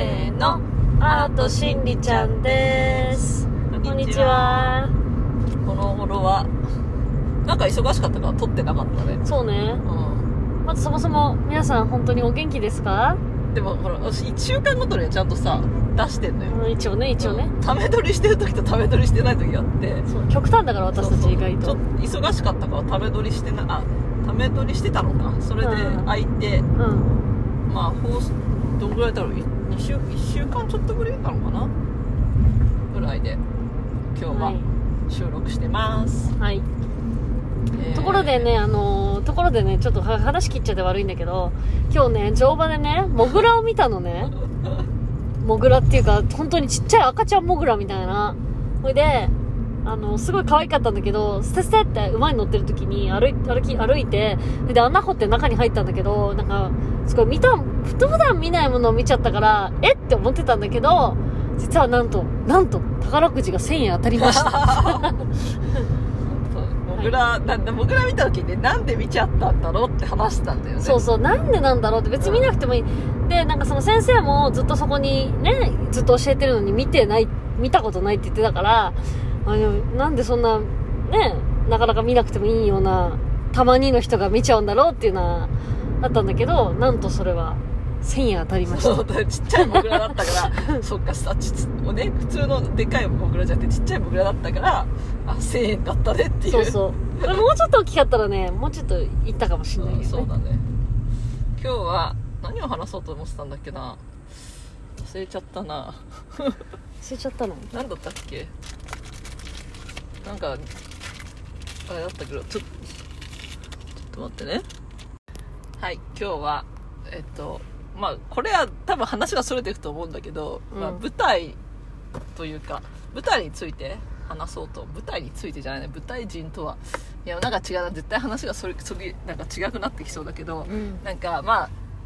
せーの、アートしんりちゃんです。こんにちは。 この頃はなんか忙しかったから撮ってなかったね。 そうね、まずそもそも皆さん本当にお元気ですか？ でもほら私1週間ごとにちゃんとさ出してんのよ、 一応ね、 ため撮りしてる時とため撮りしてない時があって、 そう極端だから私たち意外とちょっと忙しかったからため撮りしてたのか。それで空いて、まあどんぐらいだろう、1週間ちょっとぐらいなのかなぐらいで今日は収録してます。 はい、ところでね、ちょっと話切っちゃって悪いんだけど、今日ね乗馬でねモグラを見たのねモグラっていうか本当にちっちゃい赤ちゃんモグラみたいな。それですごい可愛かったんだけど、ステステって馬に乗ってる時に歩いて、で穴掘って中に入ったんだけど、なんかすごい普段見ないものを見ちゃったからって思ってたんだけど、実はなんと宝くじが1000円当たりましたモグラ見た時になんで見ちゃったんだろうって話したんだよね。 そうなんでなんだろうって、別に見なくてもいい、でなんかその先生もずっとそこにねずっと教えてるのに見たことないって言ってたから、なんでそんなねなかなか見なくてもいいようなたまにの人が見ちゃうんだろうっていうのはあったんだけど、なんとそれは1000円当たりました。 そうちっちゃいモグラだったからそっかさ、普通のでかいモグラじゃなくてちっちゃいモグラだったから1000円だったねっていう。 そうもうちょっと大きかったらねもうちょっといったかもしれないけどね。 そうだね。今日は何を話そうと思ってたんだっけな、忘れちゃったな忘れちゃったの何だったっけ、なんかあれだったけどちょっと待ってね。はい、今日はまあこれは多分話がそれていくと思うんだけど、舞台というか舞台について話そうと。舞台についてじゃないね、舞台人とはいやなんか違うな、絶対話がなんか違くなってきそうだけど、なんかまあ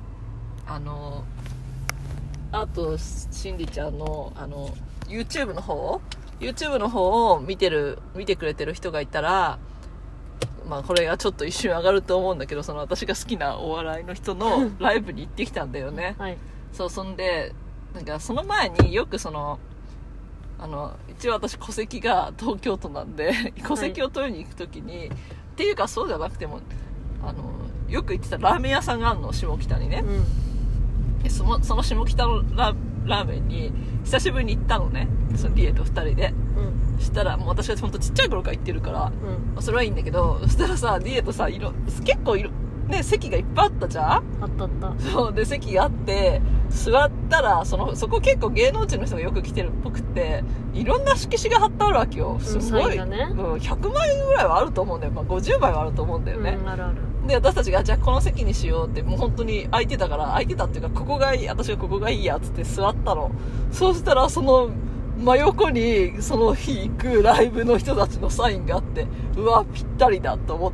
アートしんりちゃんのYouTube の方を見てくれてる人がいたら、まあこれがちょっと一瞬上がると思うんだけど、その私が好きなお笑いの人のライブに行ってきたんだよねはい。そんでなんかその前によく一応私戸籍が東京都なんで戸籍を取りに行くときに、っていうかそうじゃなくてもよく行ってたラーメン屋さんがあるの、下北にね、その下北のラーメンに久しぶりに行ったのね、そのリエと2人で、したらもう私は本当ちっちゃい頃から行ってるから、それはいいんだけど、そしたらさリエとさ結構ね席がいっぱいあったじゃん。 あったそうで席があって座ったらそこ結構芸能人の人がよく来てるっぽくて、いろんな色紙が貼ってあるわけよ。すごい、 ね、 100枚ぐらいはあると思うんだよ、50枚はあると思うんだよね、 あるで私たちがじゃあこの席にしようって、もう本当に空いてたっていうか私がここがいいやつって座ったの。そうしたらその真横にその日行くライブの人たちのサインがあって、うわぴったりだと思って、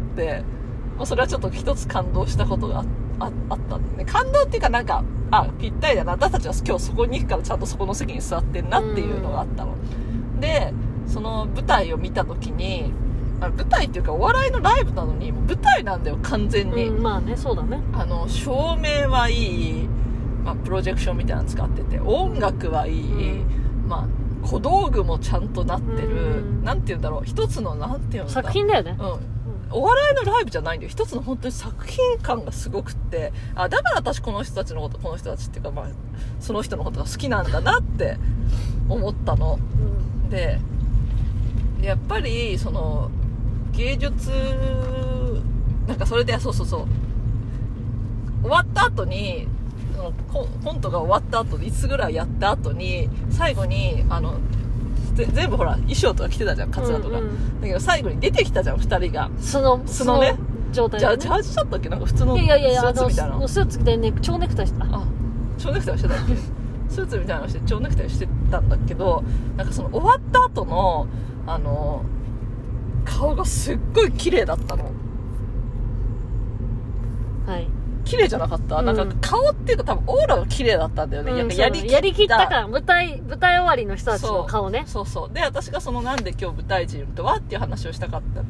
それはちょっと一つ感動したことがあったんだね。感動っていうかなんかぴったりだな、私たちは今日そこに行くからちゃんとそこの席に座ってんなっていうのがあったので、その舞台を見た時に、舞台っていうかお笑いのライブなのにもう舞台なんだよ完全に、 まあね、そうだね。 照明はいい、プロジェクションみたいなの使ってて、音楽はいい、小道具もちゃんとなってる、なんて言うんだろう、一つのなんて言うんだ作品だよね。 お笑いのライブじゃないんだよ、一つの本当に作品感がすごくって、だから私この人たちっていうか、その人のことが好きなんだなって思ったの、でやっぱりその芸術なんかそれでそう終わった後にコントが終わった後いつぐらいやった後に最後に全部ほら衣装とか着てたじゃん、カツラとか、だけど最後に出てきたじゃん2人がそのね状態で、ね、 ジャージだったっけ、なんか普通のスーツみたいな、 スーツ着てね、蝶ネクタイしてた。 蝶ネクタイしてたっけスーツみたいなのして蝶ネクタイしてたんだけど、なんかその終わった後の顔がすっごい綺麗だったの。 はい、 綺麗じゃなかった、なんか顔っていうか多分オーラが綺麗だったんだよね、やりきったから舞台終わりの人たちの顔ね。 そうで私がなんで今日舞台人とはっていう話をしたかったって言っ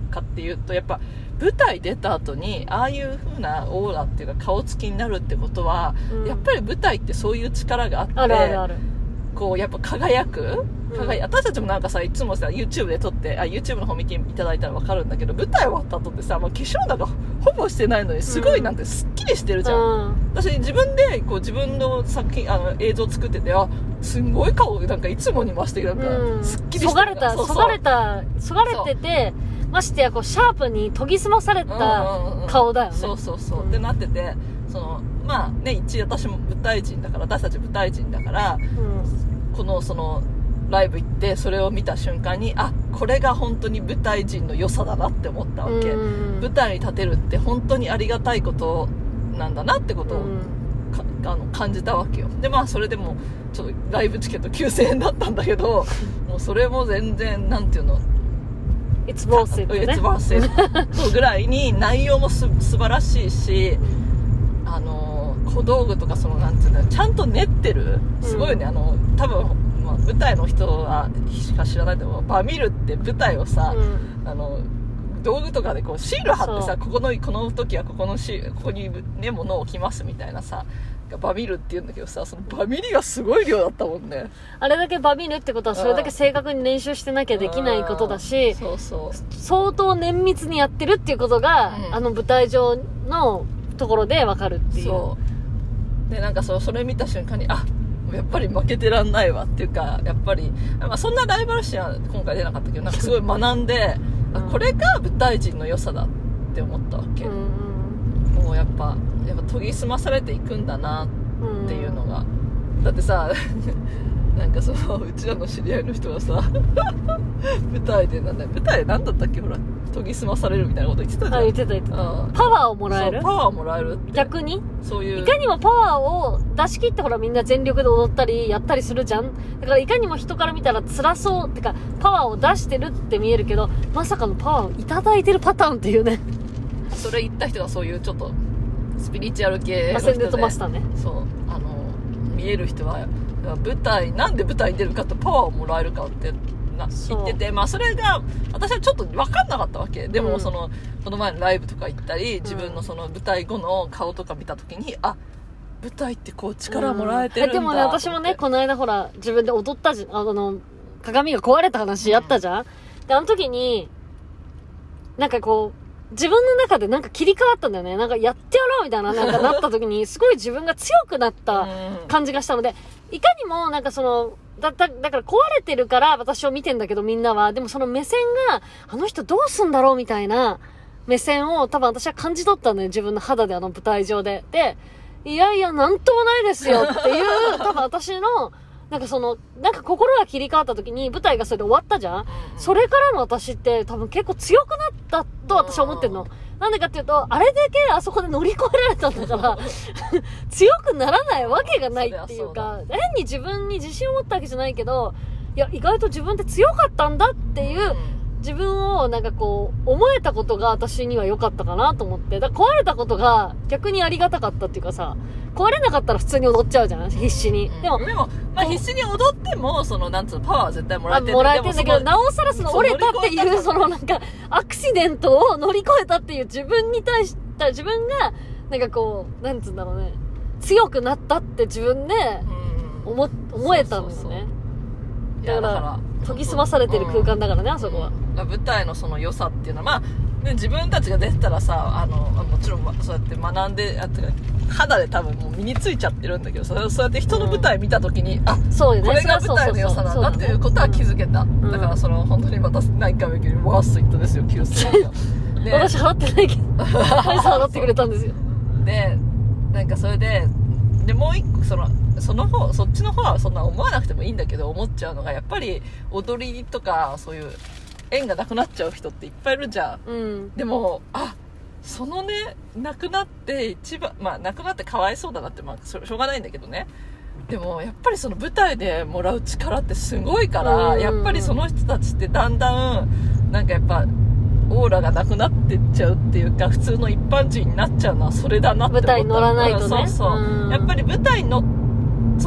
かっていうと、やっぱ舞台出た後にああいう風なオーラっていうか顔つきになるってことは、やっぱり舞台ってそういう力があって、 あるあるある。 こうやっぱ輝く、私たちもなんかさ、いつもさ YouTube で撮って、YouTube の方見ていただいたら分かるんだけど、舞台終わった後ってさ、化粧なんかほぼしてないのにすごいなんてすっきりしてるじゃん、私自分でこう自分の作品映像作ってて、すんごい顔なんかいつもに増してなんかすっきりしてる、 そがれてて、ましてやこうシャープに研ぎ澄まされた顔だよね。 そうってなってて、まあね、一応私も舞台人だから、私たち舞台人だから、このライブ行ってそれを見た瞬間に、これが本当に舞台人の良さだなって思ったわけ、舞台に立てるって本当にありがたいことなんだなってことを、感じたわけよ。でそれでもちょっとライブチケット9000円だったんだけど、もうそれも全然なんていうの、 It's worth it ね。 It's worth it ぐらいに内容も素晴らしいし、小道具とかなんていうの、ちゃんと練ってる、すごいね。多分、舞台の人はしか知らないけど、バミルって舞台をさ、道具とかでこうシール貼ってさ、この時はここにね物を置きますみたいなさ、バミルって言うんだけどさ、そのバミリがすごい量だったもんね。 あれだけバミるってことはそれだけ正確に練習してなきゃできないことだし、相当綿密にやってるっていうことが、舞台上のところで分かるっていう。 そうで、なんかそれ見た瞬間に、やっぱり負けてらんないわっていうか、やっぱり、そんなライバル視は今回出なかったけど、なんかすごい学んで、これが舞台人の良さだって思ったわけ、もうやっぱ研ぎ澄まされていくんだなっていうのが、だってさなんかうちらの知り合いの人がさ舞台で何だったっけ、ほら研ぎ澄まされるみたいなこと言ってたじゃん。 言ってた、パワーをもらえる、 パワーをもらえるって、 逆にそういう、 いかにもパワーを出し切って、ほらみんな全力で踊ったりやったりするじゃん。だからいかにも人から見たら辛そうってか、パワーを出してるって見えるけど、まさかのパワーをいただいてるパターンっていうね。 それ言った人がそういうちょっとスピリチュアル系の人で、 アセンデントマスターね。 見える人はなんで舞台に出るかとパワーをもらえるかって言ってて、それが私はちょっと分かんなかったわけでも、この前のライブとか行ったり、自分の舞台後の顔とか見た時に、舞台ってこう力もらえてるんだ、 でもね、私もね、この間ほら自分で踊った鏡が壊れた話やったじゃん、であの時になんかこう自分の中でなんか切り替わったんだよね。なんかやってやろうみたいな、なんかなった時にすごい自分が強くなった感じがしたので、いかにもなんかだから壊れてるから私を見てんだけど、みんなはでもその目線が、あの人どうすんだろうみたいな目線を多分私は感じ取ったんだよ、自分の肌で、舞台上で。で、いやいやなんともないですよっていう多分私のなんかなんか心が切り替わった時に、舞台がそれで終わったじゃん、それからの私って多分結構強くなったと私は思ってるの。なんでかっていうと、あれだけあそこで乗り越えられたんだから強くならないわけがないっていうか、変に自分に自信を持ったわけじゃないけど、いや意外と自分って強かったんだっていう、自分をなんかこう思えたことが私には良かったかなと思って。だから壊れたことが逆にありがたかったっていうかさ、壊れなかったら普通に踊っちゃうじゃん、必死に。でも必死に踊ってもなんつうの、パワーは絶対もらえてる。 もらえてるんだけど、なおさら折れたっていうなんかアクシデントを乗り越えたっていう自分に対して自分がなんかこうなんつうんだろうね、強くなったって自分で思えたんだよね。だから研ぎ澄まされてる空間だからね、あそこは。 舞台の良さっていうのは、自分たちが出てたらさ、もちろんそうやって学んで、肌で多分もう身についちゃってるんだけど、そうやって人の舞台見た時に、 そうよね、 これが舞台の良さなんだっていうことは気づけた。だから本当にまた何回も言うけど、ワーストイットですよ、9000円が。 私払ってないけど大さん払ってくれたんですよ。 でなんかそれでもう一個そっちの方はそんな思わなくてもいいんだけど、思っちゃうのがやっぱり踊りとかそういう縁がなくなっちゃう人っていっぱいいるじゃん、でもなくなってなくなってかわいそうだなって、しょうがないんだけどね。でもやっぱり舞台でもらう力ってすごいから、やっぱりその人たちってだんだんなんかやっぱオーラがなくなってっちゃうっていうか、普通の一般人になっちゃうのはそれだなって思った。 舞台に乗らないとね。 やっぱり舞台の金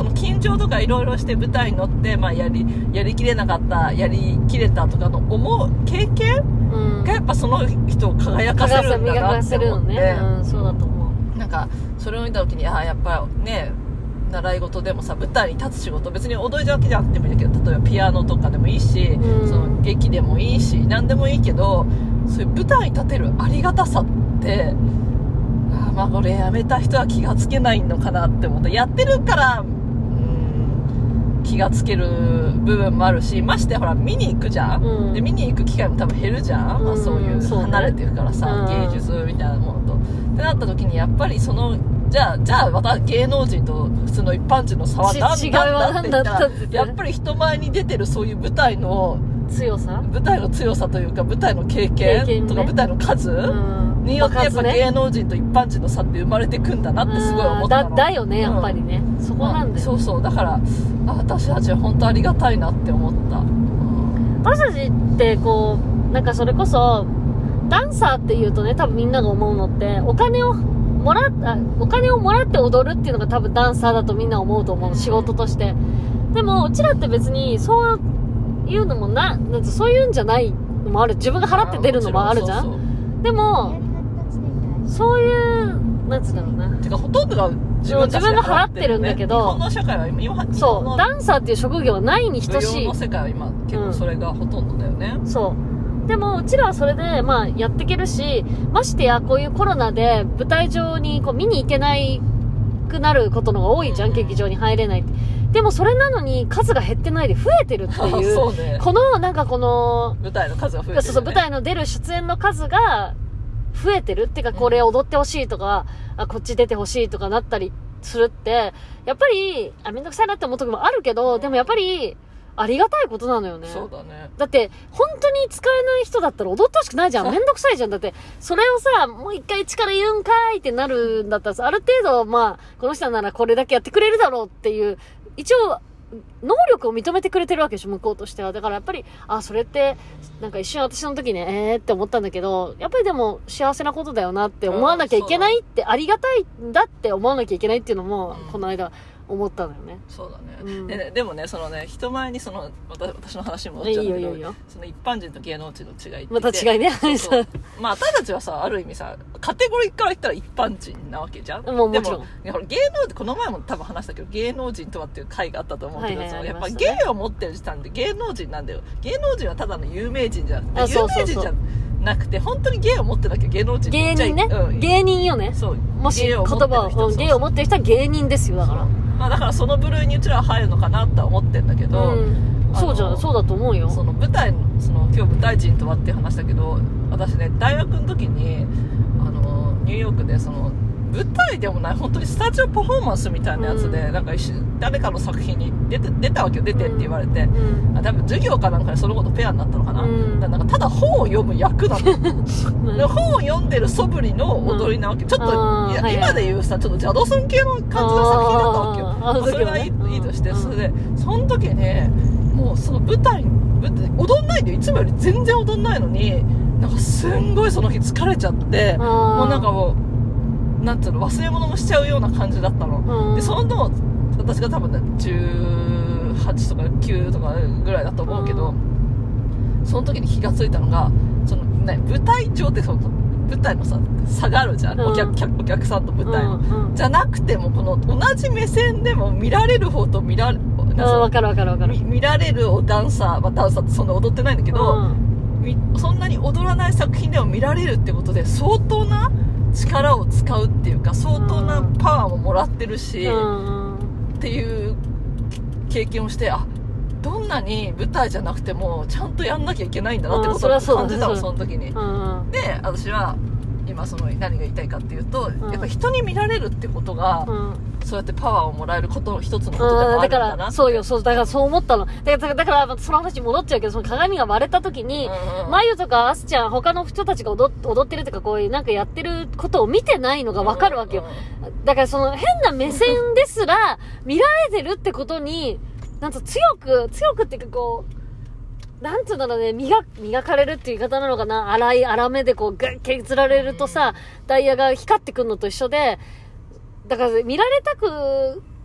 張とかいろいろして舞台に乗って、まあ、やりきれなかった、やりきれたとかの経験がやっぱその人を輝かせるんだなって思って、 そうだと思う。 なんかそれを見た時にやっぱね、習い事でもさ、舞台に立つ仕事、別に踊りだけじゃなくてもいいんだけど、例えばピアノとかでもいいし、その劇でもいいし、何でもいいけど、そういう舞台に立てるありがたさってまあこれやめた人は気がつけないのかなって思った。やってるから気がつける部分もあるし、ましてほら見に行くじゃん、で見に行く機会も多分減るじゃん、まあ、そういう離れてるからさ、芸術みたいなものとってなった時に、やっぱりそのじゃあまた芸能人と普通の一般人の差は何だって言ったら、やっぱり人前に出てるそういう舞台の強さというか、舞台の経験とか舞台の数によってやっぱ芸能人と一般人の差って生まれてくんだなってすごい思ったの。 だよね、やっぱりね、そこなんだよ。 そうだから私たちは本当ありがたいなって思った。 私たちってこうなんかそれこそダンサーっていうとね、多分みんなが思うのってお金をもらって踊るっていうのが多分ダンサーだとみんな思うと思う、仕事として。でもうちらって別にそういうのもなんそういうんじゃないのもある。自分が払って出るのもあるじゃん。でもそういうなんつうんだろうな、 てかほとんどが自分が払ってるんだけど、 日本の社会は今そうダンサーっていう職業はないに等しい。 舞踊の世界は今結構それがほとんどだよね。 そうでもうちらはそれでまあやっていけるし、ましてやこういうコロナで舞台上にこう見に行けないくなることのが多いじゃん、劇場に入れないって。でもそれなのに数が減ってないで増えてるっていうそうね、 このなんかこの舞台の数が増えてる、ね、 そう舞台の出る出演の数が増えてるっていうか、これ踊ってほしいとか、こっち出てほしいとかなったりするって、やっぱりめんどくさいなって思う時もあるけど、でもやっぱりありがたいことなのよね。 そうだね。 だって本当に使えない人だったら踊ってほしくないじゃん。めんどくさいじゃん。だってそれをさ、もう一回力言うんかいってなるんだったらさ、ある程度まあこの人ならこれだけやってくれるだろうっていう一応能力を認めてくれてるわけでしょ、向こうとしては。だからやっぱりそれってなんか一瞬私の時ねって思ったんだけど、やっぱりでも幸せなことだよなって思わなきゃいけないって、ありがたいんだって思わなきゃいけないっていうのも、この間思ったのよね。 そうだね、でもね、そのね、人前にその私の話に戻っちゃうんだけど、いいよその一般人と芸能人の違いってまた違いね。 そうまあ私たちはさ、ある意味さ、カテゴリーから言ったら一般人なわけじゃん。 もちろん。 でも芸能人、この前も多分話したけど、芸能人とはっていう回があったと思うけど、やっぱ芸を持ってる時点で芸能人なんだよ。芸能人はただの有名人じゃなくて、有名人じゃなくて、本当に芸を持ってなきゃ芸能人。 芸人ね、芸人よね。そう。もし言葉を芸を持ってる人は芸人ですよ。だからまあだからその部類にうちらは入るのかなとは思ってんだけど、 そうだと思うよ。 その舞台今日舞台人とはって話だけど、私ね、大学の時にニューヨークでその舞台でもない本当にスタジオパフォーマンスみたいなやつで、なんか誰かの作品に出たわけよ。出てって言われて、多分授業かなんかでそのことペアになったのかな、なんかただ本を読む役なので本を読んでる素振りの踊りなわけ、ちょっと今で言うさ、ちょっとジャドソン系の感じの作品だったわけよ。それはいいとして、それでその時ね、もうその舞台踊んないで、いつもより全然踊んないのに、なんかすんごいその日疲れちゃって、もうなんかもうなんていうの、忘れ物もしちゃうような感じだったの、でその私が多分ね18とか9とかぐらいだと思うけど、その時に気がついたのが、その、ね、舞台上ってその舞台のさ差があるじゃん、お客さんと舞台の、じゃなくてもこの同じ目線でも見られる方と見られるダンサー、ダンサーってそんな踊ってないんだけど、そんなに踊らない作品でも見られるってことで、相当な力を使うっていうか、相当なパワーももらってるし、っていう経験をして、どんなに舞台じゃなくてもちゃんとやんなきゃいけないんだなってことを感じたの、その時に。で、私は今何が言いたいかっていうと、やっぱ人に見られるってことが、そうやってパワーをもらえることの一つのことでもあるんだなって。だからそうよ、だからそう思ったの。だからその話戻っちゃうけど、その鏡が割れた時に、まゆとかあすちゃん、他の人たちが踊ってるとか、こういうなんかやってることを見てないのがわかるわけよ。だからその変な目線ですら見られてるってことに、なんと強くっていうか、こうなんつうんだろうね、磨かれるっていう言い方なのかな。粗めでこう削られるとさ、ダイヤが光ってくるのと一緒で、だから見られたく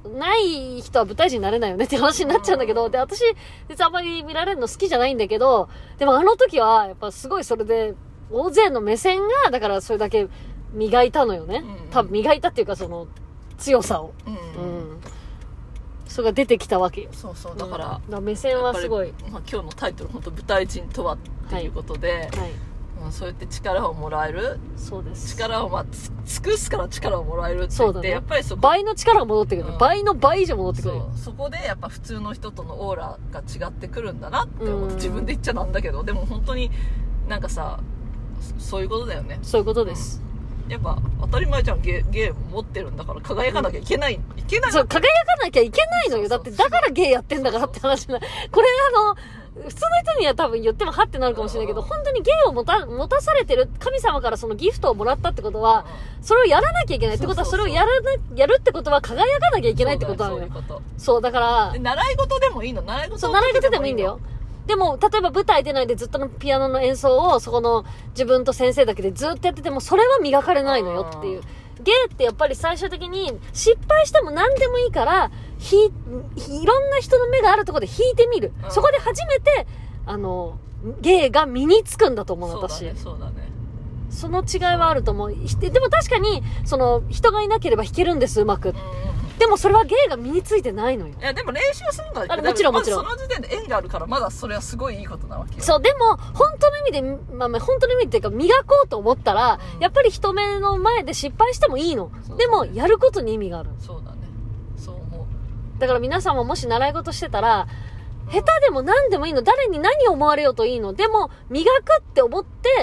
ない人は舞台人になれないよねって話になっちゃうんだけど、で、私、実はあんまり見られるの好きじゃないんだけど、でもあの時は、やっぱすごいそれで、大勢の目線が、だからそれだけ磨いたのよね。多分磨いたっていうか、その、強さを。それが出てきたわけよ。 そうそう、だから目線はすごい。 まあ、今日のタイトル、本当舞台人とはっていうことで、そうやって力をもらえる。 そうです。 力を、尽くすから力をもらえるって言って、やっぱりそこ。 倍の力が戻ってくる。倍の倍以上戻ってくる。 そこでやっぱ普通の人とのオーラが違ってくるんだなって思って、自分で言っちゃなんだけど、でも本当になんかさ、そういうことだよね。 そういうことです。 やっぱ当たり前じゃん、ゲイ持ってるんだから輝かなきゃいけない、 そう、輝かなきゃいけないのよ。だってだからゲイやってんだからって話な。これ普通の人には多分言ってもはってなるかもしれないけど、本当にゲイを持たされてる神様からそのギフトをもらったってことは、それをやらなきゃいけないってことは、それをやるってことは輝かなきゃいけないってことなのよ。そう、だから。 習い事でもいいの？習い事でもいいんだよ。でも、例えば舞台出ないでずっとのピアノの演奏を、そこの自分と先生だけでずっとやってても、それは磨かれないのよっていう。ゲイってやっぱり最終的に失敗しても何でもいいから、いろんな人の目があるところで弾いてみる。そこで初めて、ゲイが身につくんだと思う、私。 そうだね。 その違いはあると思う。でも確かに、人がいなければ弾けるんです、うまく。でもそれはゲイが身についてないのよ。 いや、でも練習するんだけど、 もちろん。 その時点で縁があるから、まだそれはすごいいいことなわけよ。 そう、でも、本当の意味で、本当の意味っていうか、磨こうと思ったら、やっぱり人目の前で失敗してもいいの。でも、やることに意味がある。 そうだね。そう思う。 だから皆さんももし習い事してたら、下手でも何でもいいの。誰に何を思われようといいの。でも、磨くって思って、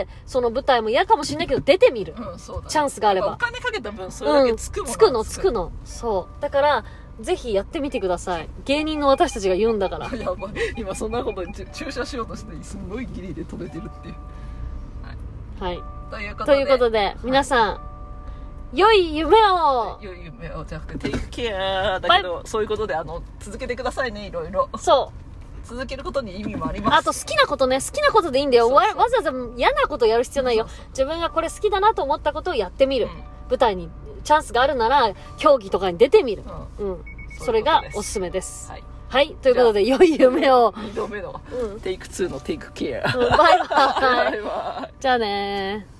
その舞台も嫌かもしれないけど、出てみる。 そうだね。 チャンスがあれば。 お金かけた分、それだけつくもん。つくの。そう。だから、ぜひやってみてください。芸人の私たちが言うんだから。 やばい。今そんなことに注射しようとして、すごいギリで止めてるっていう。 はい。ということで、皆さん、良い夢をじゃなくて、テイクケアだけど、そういうことで、続けてくださいね、いろいろ。 そう。 続けることに意味もあります。 あと好きなことね、好きなことでいいんだよ。わざわざ嫌なことやる必要ないよ。自分がこれ好きだなと思ったことをやってみる。舞台にチャンスがあるなら、競技とかに出てみる。それがおすすめです。はい。ということで、良い夢を。 2度目の、テイク2のテイクケア。 バイバイ。じゃあねー。